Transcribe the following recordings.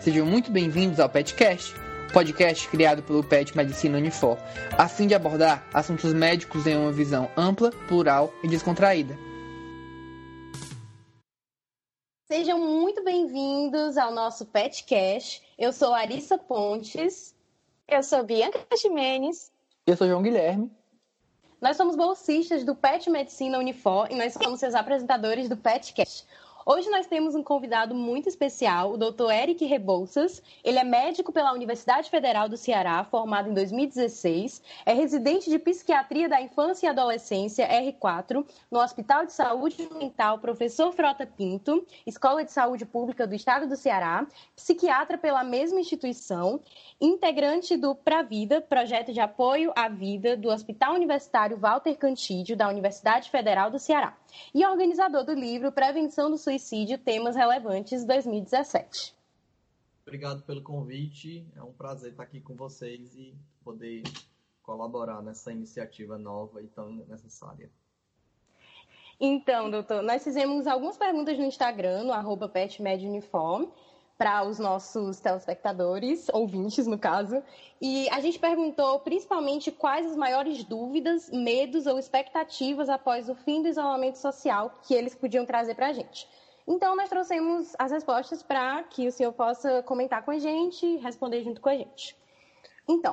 Sejam muito bem-vindos ao PetCast, podcast criado pelo Pet Medicina Unifor, a fim de abordar assuntos médicos em uma visão ampla, plural e descontraída. Sejam muito bem-vindos ao nosso PetCast. Eu sou Arissa Pontes. Eu sou Bianca Ximenes. Eu sou João Guilherme. Nós somos bolsistas do Pet Medicina Unifor e nós somos seus apresentadores do PetCast. Hoje nós temos um convidado muito especial, o Dr. Eric Rebouças. Ele é médico pela Universidade Federal do Ceará, formado em 2016. É residente de Psiquiatria da Infância e Adolescência, R4, no Hospital de Saúde Mental Professor Frota Pinto, Escola de Saúde Pública do Estado do Ceará, psiquiatra pela mesma instituição, integrante do Pravida, projeto de apoio à vida do Hospital Universitário Walter Cantídio, da Universidade Federal do Ceará, e organizador do livro Prevenção do Suicídio, Temas Relevantes, 2017. Obrigado pelo convite, é um prazer estar aqui com vocês e poder colaborar nessa iniciativa nova e tão necessária. Então, doutor, nós fizemos algumas perguntas no Instagram, no @PetMedUniform, para os nossos telespectadores, ouvintes no caso, e a gente perguntou principalmente quais as maiores dúvidas, medos ou expectativas após o fim do isolamento social que eles podiam trazer para a gente. Então, nós trouxemos as respostas para que o senhor possa comentar com a gente e responder junto com a gente. Então.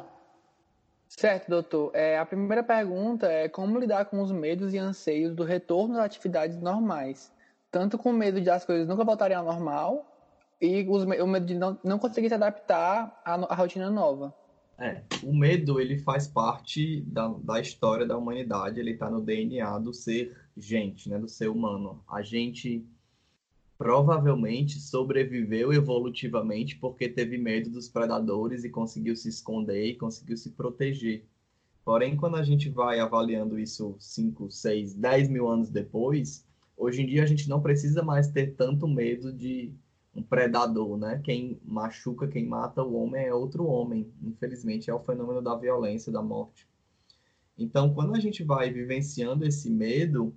Certo, doutor. A primeira pergunta é como lidar com os medos e anseios do retorno às atividades normais, tanto com medo de as coisas nunca voltarem ao normal, e o medo de não conseguir se adaptar à rotina nova. O medo, ele faz parte da história da humanidade, ele está no DNA do ser gente, né, do ser humano. A gente provavelmente sobreviveu evolutivamente porque teve medo dos predadores e conseguiu se esconder e conseguiu se proteger. Porém, quando a gente vai avaliando isso 5, 6, 10 mil anos depois, hoje em dia a gente não precisa mais ter tanto medo de um predador, né? Quem machuca, quem mata o homem é outro homem. Infelizmente, é o fenômeno da violência, da morte. Então, quando a gente vai vivenciando esse medo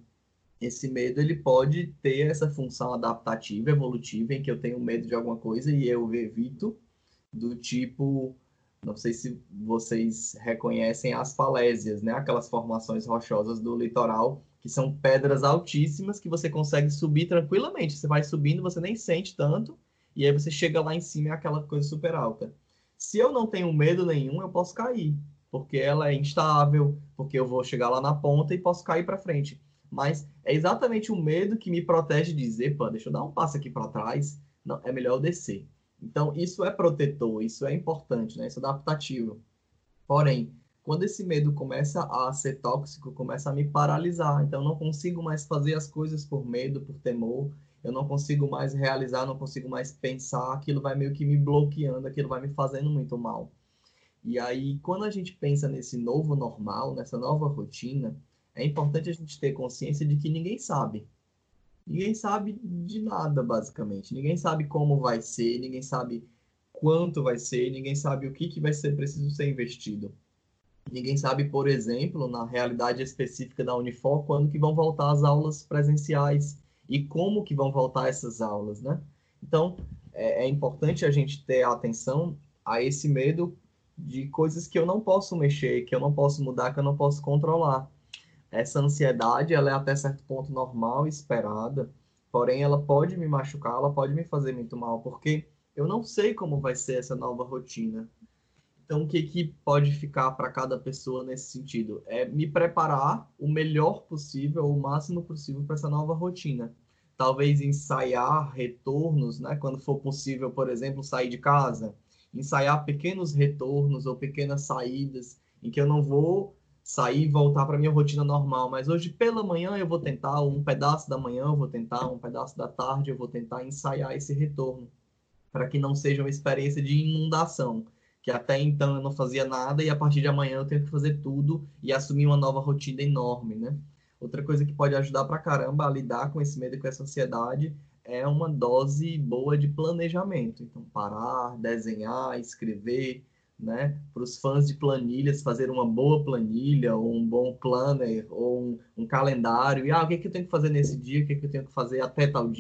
ele pode ter essa função adaptativa, evolutiva, em que eu tenho medo de alguma coisa e eu evito, do tipo, não sei se vocês reconhecem as falésias, né? Aquelas formações rochosas do litoral, que são pedras altíssimas que você consegue subir tranquilamente. Você vai subindo, você nem sente tanto, e aí você chega lá em cima e é aquela coisa super alta. Se eu não tenho medo nenhum, eu posso cair, porque ela é instável, porque eu vou chegar lá na ponta e posso cair para frente. Mas é exatamente o medo que me protege de dizer, pô, deixa eu dar um passo aqui para trás, não, é melhor eu descer. Então, isso é protetor, isso é importante, né? Isso é adaptativo. Porém, quando esse medo começa a ser tóxico, começa a me paralisar. Então, eu não consigo mais fazer as coisas por medo, por temor. Eu não consigo mais realizar, não consigo mais pensar. Aquilo vai meio que me bloqueando, aquilo vai me fazendo muito mal. E aí, quando a gente pensa nesse novo normal, nessa nova rotina, é importante a gente ter consciência de que ninguém sabe. Ninguém sabe de nada, basicamente. Ninguém sabe como vai ser, ninguém sabe quanto vai ser, ninguém sabe o que vai ser preciso ser investido. Ninguém sabe, por exemplo, na realidade específica da Unifor, quando que vão voltar as aulas presenciais e como que vão voltar essas aulas, né? Então, é importante a gente ter atenção a esse medo de coisas que eu não posso mexer, que eu não posso mudar, que eu não posso controlar. Essa ansiedade, ela é até certo ponto normal e esperada, porém ela pode me machucar, ela pode me fazer muito mal, porque eu não sei como vai ser essa nova rotina. Então, o que pode ficar para cada pessoa nesse sentido? É me preparar o melhor possível, o máximo possível para essa nova rotina. Talvez ensaiar retornos, né? Quando for possível, por exemplo, sair de casa. Ensaiar pequenos retornos ou pequenas saídas em que eu não vou sair e voltar para a minha rotina normal. Mas hoje pela manhã eu vou tentar, um pedaço da manhã eu vou tentar, um pedaço da tarde eu vou tentar ensaiar esse retorno, para que não seja uma experiência de inundação, que até então eu não fazia nada e a partir de amanhã eu tenho que fazer tudo e assumir uma nova rotina enorme, né? Outra coisa que pode ajudar pra caramba a lidar com esse medo e com essa ansiedade é uma dose boa de planejamento. Então, parar, desenhar, escrever, né? Para os fãs de planilhas, fazer uma boa planilha, ou um bom planner, ou um calendário. E, o que eu tenho que fazer nesse dia? O que eu tenho que fazer até tal dia?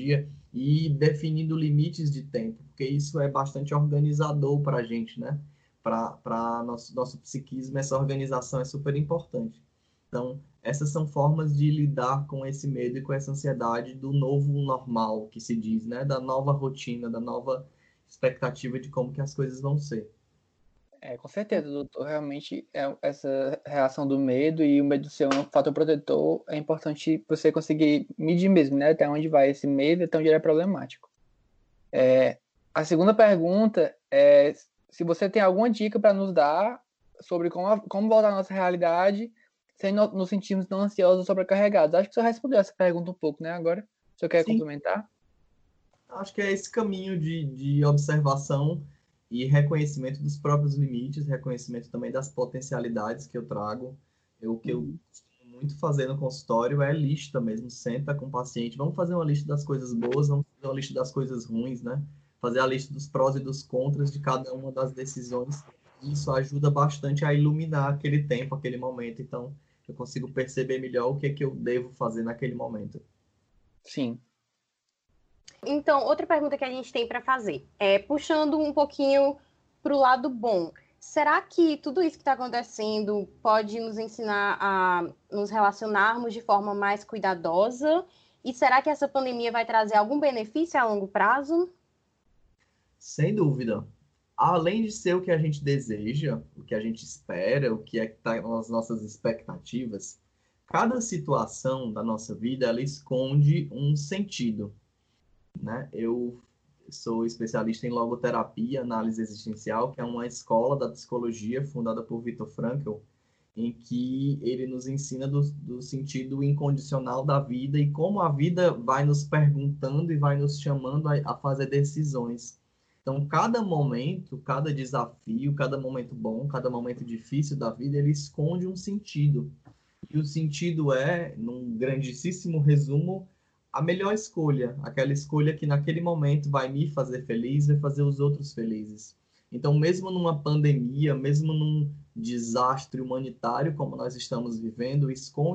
e definindo limites de tempo, porque isso é bastante organizador para a gente, né? Para nosso psiquismo, essa organização é super importante. Então, essas são formas de lidar com esse medo e com essa ansiedade do novo normal, que se diz, né? Da nova rotina, da nova expectativa de como que as coisas vão ser. Com certeza, doutor. Realmente, essa reação do medo e o medo ser um fator protetor é importante você conseguir medir mesmo, né? Até onde vai esse medo, até onde ele é problemático. A segunda pergunta é se você tem alguma dica para nos dar sobre como voltar à nossa realidade sem nos sentirmos tão ansiosos ou sobrecarregados. Acho que o senhor respondeu essa pergunta um pouco, né? Agora, o senhor quer Sim, complementar? acho que é esse caminho de observação e reconhecimento dos próprios limites, reconhecimento também das potencialidades que eu trago. O que eu Uhum. costumo muito fazer no consultório é lista mesmo, senta com o paciente, vamos fazer uma lista das coisas boas, vamos fazer uma lista das coisas ruins, né? Fazer a lista dos prós e dos contras de cada uma das decisões. Isso ajuda bastante a iluminar aquele tempo, aquele momento. Então, eu consigo perceber melhor o que é que eu devo fazer naquele momento. Sim. Então, outra pergunta que a gente tem para fazer é puxando um pouquinho para o lado bom. Será que tudo isso que está acontecendo pode nos ensinar a nos relacionarmos de forma mais cuidadosa? E será que essa pandemia vai trazer algum benefício a longo prazo? Sem dúvida. Além de ser o que a gente deseja, o que a gente espera, o que é que está nas nossas expectativas, cada situação da nossa vida ela esconde um sentido, né? Eu sou especialista em logoterapia, análise existencial, que é uma escola da psicologia fundada por Viktor Frankl, em que ele nos ensina do sentido incondicional da vida e como a vida vai nos perguntando e vai nos chamando a fazer decisões. Então, cada momento, cada desafio, cada momento bom, cada momento difícil da vida, ele esconde um sentido. E o sentido é, num grandíssimo resumo, a melhor escolha, aquela escolha que naquele momento vai me fazer feliz, vai fazer os outros felizes. Então, mesmo numa pandemia, mesmo num desastre humanitário como nós estamos vivendo,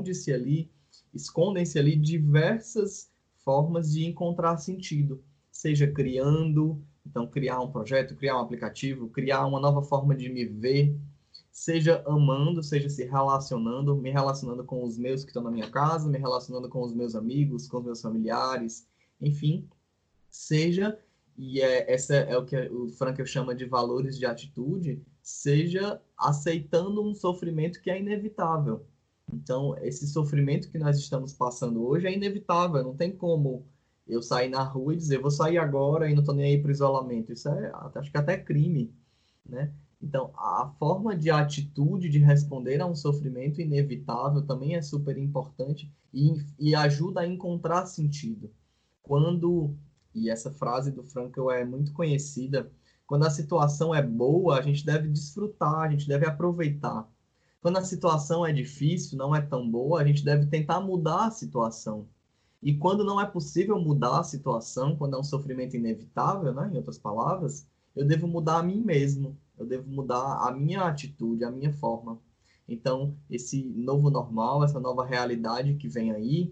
escondem-se ali diversas formas de encontrar sentido, seja criando, então criar um projeto, criar um aplicativo, criar uma nova forma de me ver, seja amando, seja se relacionando, me relacionando com os meus que estão na minha casa, me relacionando com os meus amigos, com os meus familiares, enfim, seja, essa é o que o Frankl chama de valores de atitude, seja aceitando um sofrimento que é inevitável. Então, esse sofrimento que nós estamos passando hoje é inevitável, não tem como eu sair na rua e dizer, vou sair agora e não estou nem aí para o isolamento. Isso é, acho que até crime, né? Então, a forma de atitude de responder a um sofrimento inevitável também é super importante e ajuda a encontrar sentido. Quando, e essa frase do Frankl é muito conhecida, quando a situação é boa, a gente deve desfrutar, a gente deve aproveitar. Quando a situação é difícil, não é tão boa, a gente deve tentar mudar a situação. E quando não é possível mudar a situação, quando é um sofrimento inevitável, né, em outras palavras, eu devo mudar a mim mesmo, eu devo mudar a minha atitude, a minha forma. Então, esse novo normal, essa nova realidade que vem aí,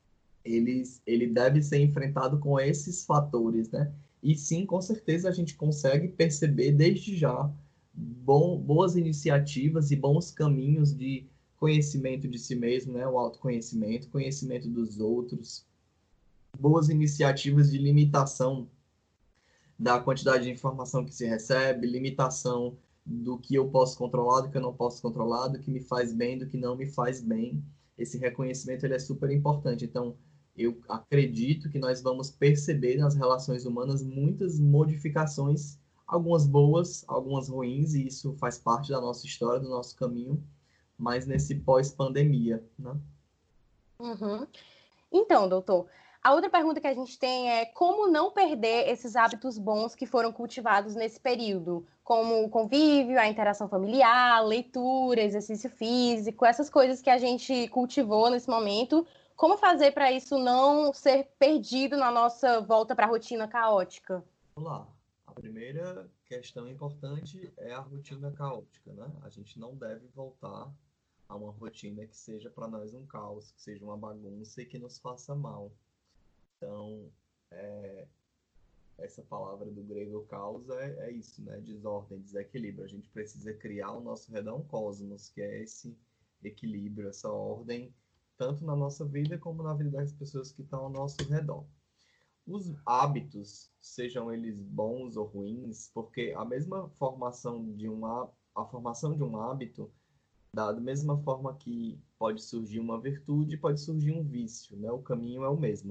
ele deve ser enfrentado com esses fatores, né? E sim, com certeza a gente consegue perceber desde já boas iniciativas e bons caminhos de conhecimento de si mesmo, né? O autoconhecimento, conhecimento dos outros, boas iniciativas de limitação da quantidade de informação que se recebe, limitação do que eu posso controlar, do que eu não posso controlar, do que me faz bem, do que não me faz bem. Esse reconhecimento ele é super importante. Então, eu acredito que nós vamos perceber nas relações humanas muitas modificações, algumas boas, algumas ruins, e isso faz parte da nossa história, do nosso caminho, mas nesse pós-pandemia, né? Uhum. Então, doutor, a outra pergunta que a gente tem é como não perder esses hábitos bons que foram cultivados nesse período, como o convívio, a interação familiar, leitura, exercício físico, essas coisas que a gente cultivou nesse momento. Como fazer para isso não ser perdido na nossa volta para a rotina caótica? Vamos lá. A primeira questão importante é a rotina caótica, né? A gente não deve voltar a uma rotina que seja para nós um caos, que seja uma bagunça e que nos faça mal. Então, essa palavra do grego causa é isso, né? Desordem, desequilíbrio. A gente precisa criar ao nosso redor um cosmos, que é esse equilíbrio, essa ordem, tanto na nossa vida como na vida das pessoas que estão ao nosso redor. Os hábitos, sejam eles bons ou ruins, porque a mesma formação a formação de um hábito, da mesma forma que pode surgir uma virtude, pode surgir um vício, né? O caminho é o mesmo.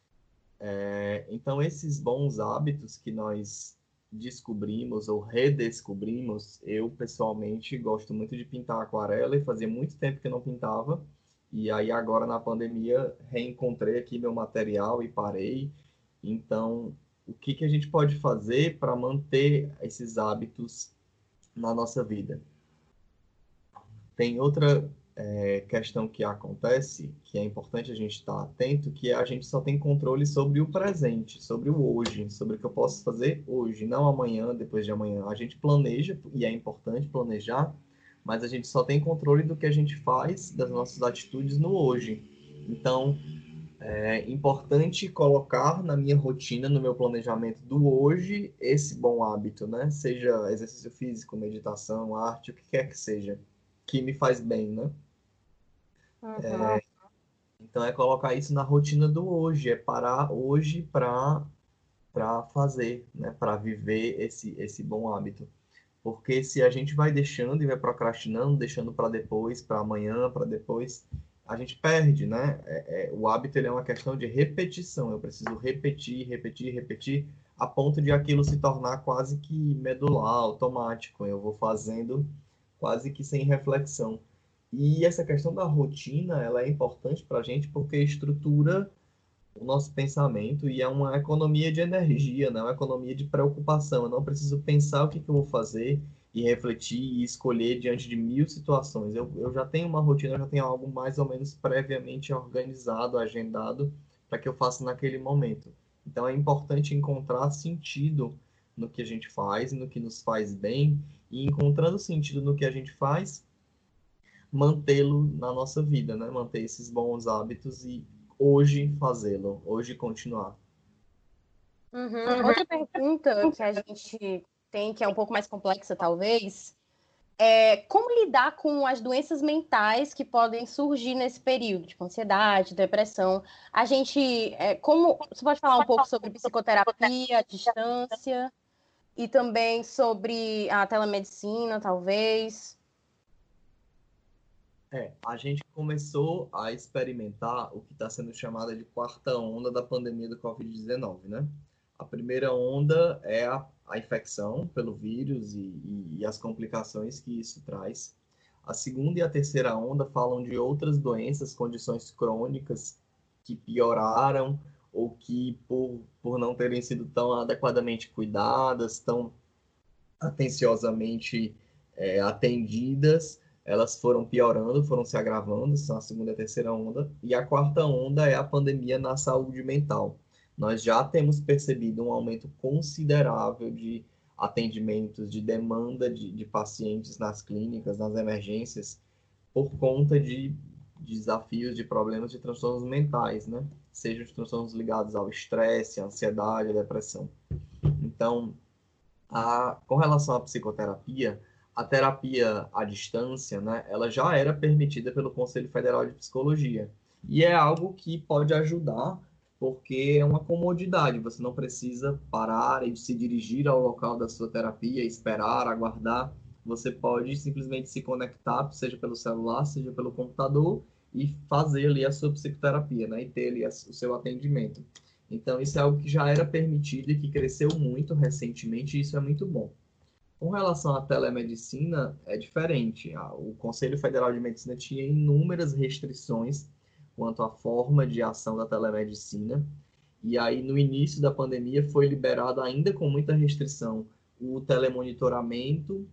Então, esses bons hábitos que nós descobrimos ou redescobrimos, eu pessoalmente gosto muito de pintar aquarela e fazia muito tempo que eu não pintava. E aí agora na pandemia reencontrei aqui meu material e parei. Então, o que que a gente pode fazer para manter esses hábitos na nossa vida? Tem outra questão que acontece, que é importante a gente estar atento, que é a gente só tem controle sobre o presente, sobre o hoje, sobre o que eu posso fazer hoje, não amanhã, depois de amanhã. A gente planeja, e é importante planejar, mas a gente só tem controle do que a gente faz, das nossas atitudes no hoje. Então, é importante colocar na minha rotina, no meu planejamento do hoje, esse bom hábito, né? Seja exercício físico, meditação, arte, o que quer que seja, que me faz bem, né? Uhum. Então é colocar isso na rotina do hoje, é parar hoje para fazer, né? Para viver esse bom hábito. Porque se a gente vai deixando e vai procrastinando, deixando para depois, para amanhã, para depois, a gente perde, né? O hábito ele é uma questão de repetição. Eu preciso repetir, repetir, repetir, a ponto de aquilo se tornar quase que medular, automático. Eu vou fazendo quase que sem reflexão. E essa questão da rotina, ela é importante para a gente porque estrutura o nosso pensamento e é uma economia de energia, né? Uma economia de preocupação. Eu não preciso pensar o que que eu vou fazer e refletir e escolher diante de mil situações. Eu já tenho uma rotina, eu já tenho algo mais ou menos previamente organizado, agendado, para que eu faça naquele momento. Então é importante encontrar sentido no que a gente faz, no que nos faz bem, e encontrando sentido no que a gente faz, mantê-lo na nossa vida, né? Manter esses bons hábitos e hoje fazê-lo, hoje continuar. Uhum. Outra pergunta que a gente tem, que é um pouco mais complexa, talvez, é como lidar com as doenças mentais que podem surgir nesse período, tipo ansiedade, depressão. A gente, como você pode falar um pouco sobre psicoterapia à distância e também sobre a telemedicina, talvez? A gente começou a experimentar o que está sendo chamada de quarta onda da pandemia do Covid-19, né? A primeira onda é a infecção pelo vírus e as complicações que isso traz. A segunda e a terceira onda falam de outras doenças, condições crônicas que pioraram ou que, por não terem sido tão adequadamente cuidadas, tão atenciosamente atendidas, elas foram piorando, foram se agravando, são a segunda e a terceira onda, e a quarta onda é a pandemia na saúde mental. Nós já temos percebido um aumento considerável de atendimentos, de demanda de pacientes nas clínicas, nas emergências, por conta de desafios, de problemas de transtornos mentais, né? Sejam os transtornos ligados ao estresse, à ansiedade, à depressão. Então, com relação à psicoterapia, a terapia à distância, né, ela já era permitida pelo Conselho Federal de Psicologia. E é algo que pode ajudar, porque é uma comodidade. Você não precisa parar e se dirigir ao local da sua terapia, esperar, aguardar. Você pode simplesmente se conectar, seja pelo celular, seja pelo computador, e fazer ali a sua psicoterapia, né, e ter ali o seu atendimento. Então, isso é algo que já era permitido e que cresceu muito recentemente, e isso é muito bom. Com relação à telemedicina, é diferente. O Conselho Federal de Medicina tinha inúmeras restrições quanto à forma de ação da telemedicina, e aí no início da pandemia foi liberado, ainda com muita restrição, o telemonitoramento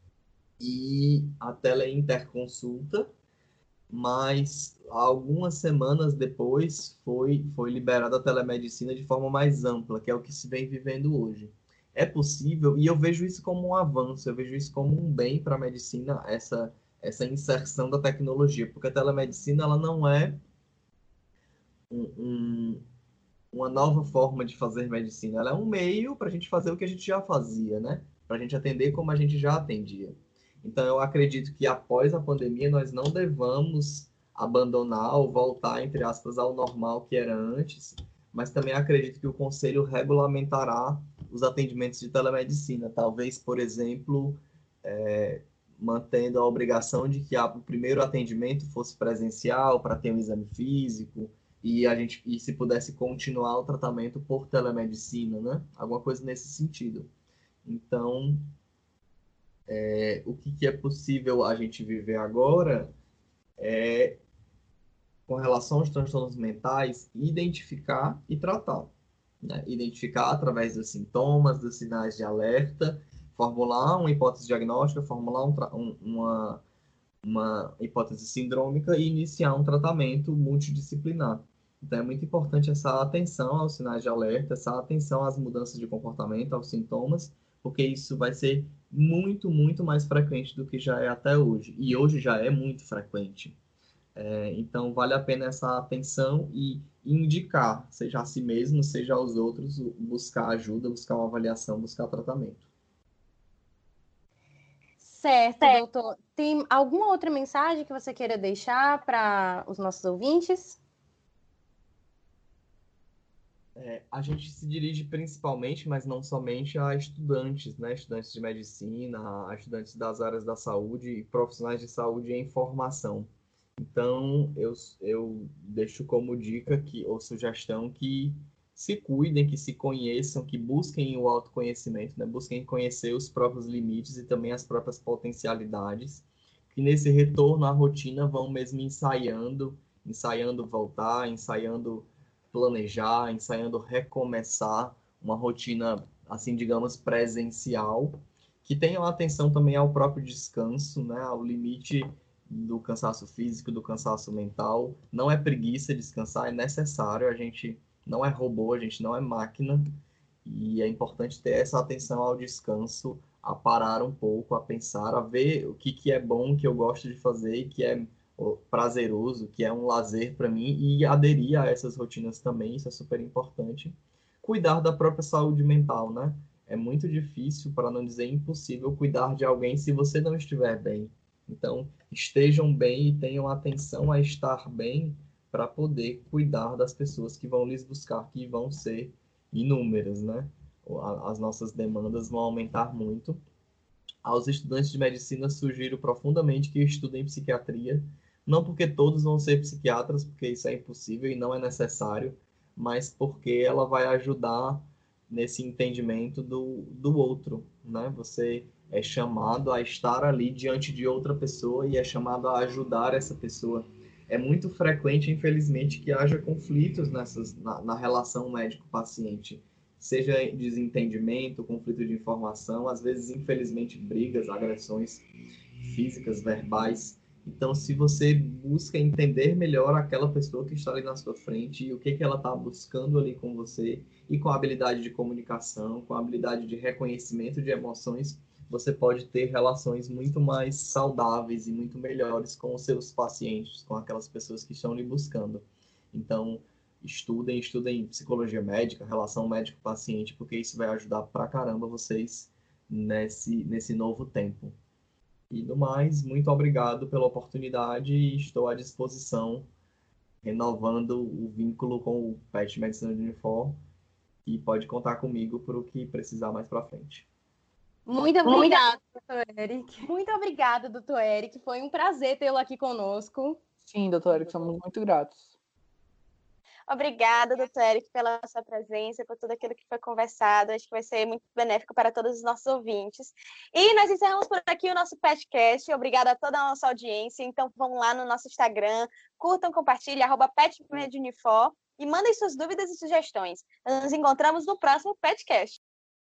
e a teleinterconsulta, mas algumas semanas depois foi liberada a telemedicina de forma mais ampla, que é o que se vem vivendo hoje. É possível, e eu vejo isso como um avanço, eu vejo isso como um bem para a medicina, essa inserção da tecnologia, porque a telemedicina ela não é um, um, uma nova forma de fazer medicina. Ela é um meio para a gente fazer o que a gente já fazia, né? Para a gente atender como a gente já atendia. Então, eu acredito que após a pandemia nós não devamos abandonar ou voltar, entre aspas, ao normal que era antes, mas também acredito que o Conselho regulamentará os atendimentos de telemedicina. Talvez, por exemplo, mantendo a obrigação de que o primeiro atendimento fosse presencial para ter um exame físico e se pudesse continuar o tratamento por telemedicina, né? Alguma coisa nesse sentido. Então, o que é possível a gente viver agora é, com relação aos transtornos mentais, identificar e tratar, né? Identificar através dos sintomas, dos sinais de alerta, formular uma hipótese diagnóstica, formular uma hipótese sindrômica e iniciar um tratamento multidisciplinar. Então, é muito importante essa atenção aos sinais de alerta, essa atenção às mudanças de comportamento, aos sintomas, porque isso vai ser muito, muito mais frequente do que já é até hoje. E hoje já é muito frequente. Então, vale a pena essa atenção e indicar, seja a si mesmo, seja aos outros, buscar ajuda, buscar uma avaliação, buscar tratamento. Certo, doutor. Tem alguma outra mensagem que você queira deixar para os nossos ouvintes? A gente se dirige principalmente, mas não somente, a estudantes, né? Estudantes de medicina, a estudantes das áreas da saúde e profissionais de saúde em formação. Então, eu deixo como dica ou sugestão que se cuidem, que se conheçam, que busquem o autoconhecimento, né? Busquem conhecer os próprios limites e também as próprias potencialidades, que nesse retorno à rotina vão mesmo ensaiando voltar, ensaiando planejar, ensaiando recomeçar uma rotina, assim, digamos, presencial, que tenham atenção também ao próprio descanso, né? Ao limite do cansaço físico, do cansaço mental. Não é preguiça descansar, é necessário. A gente não é robô, a gente não é máquina. E é importante ter essa atenção ao descanso, a parar um pouco, a pensar, a ver o que é bom, que eu gosto de fazer e que é prazeroso, que é um lazer para mim e aderir a essas rotinas também, isso é super importante. Cuidar da própria saúde mental, né? É muito difícil, para não dizer impossível, cuidar de alguém se você não estiver bem. Então, estejam bem e tenham atenção a estar bem para poder cuidar das pessoas que vão lhes buscar, que vão ser inúmeras, né? As nossas demandas vão aumentar muito. Aos estudantes de medicina, sugiro profundamente que estudem psiquiatria, não porque todos vão ser psiquiatras, porque isso é impossível e não é necessário, mas porque ela vai ajudar nesse entendimento do outro, né? Você é chamado a estar ali diante de outra pessoa e é chamado a ajudar essa pessoa. É muito frequente, infelizmente, que haja conflitos na relação médico-paciente, seja desentendimento, conflito de informação, às vezes, infelizmente, brigas, agressões físicas, verbais. Então, se você busca entender melhor aquela pessoa que está ali na sua frente e o que ela está buscando ali com você, e com a habilidade de comunicação, com a habilidade de reconhecimento de emoções, você pode ter relações muito mais saudáveis e muito melhores com os seus pacientes, com aquelas pessoas que estão lhe buscando. Então, estudem psicologia médica, relação médico-paciente, porque isso vai ajudar pra caramba vocês nesse novo tempo. E no mais, muito obrigado pela oportunidade e estou à disposição, renovando o vínculo com o PET Medicina de Unifor, e pode contar comigo para o que precisar mais para frente. Muito obrigada, doutor Eric. Muito obrigada, doutor Eric. Foi um prazer tê-lo aqui conosco. Sim, doutor Eric, somos muito gratos. Obrigada, doutor Eric, pela sua presença, por tudo aquilo que foi conversado. Acho que vai ser muito benéfico para todos os nossos ouvintes. E nós encerramos por aqui o nosso podcast. Obrigada a toda a nossa audiência. Então, vão lá no nosso Instagram, curtam, compartilhem, @PetMedUnifor, e mandem suas dúvidas e sugestões. Nós nos encontramos no próximo podcast.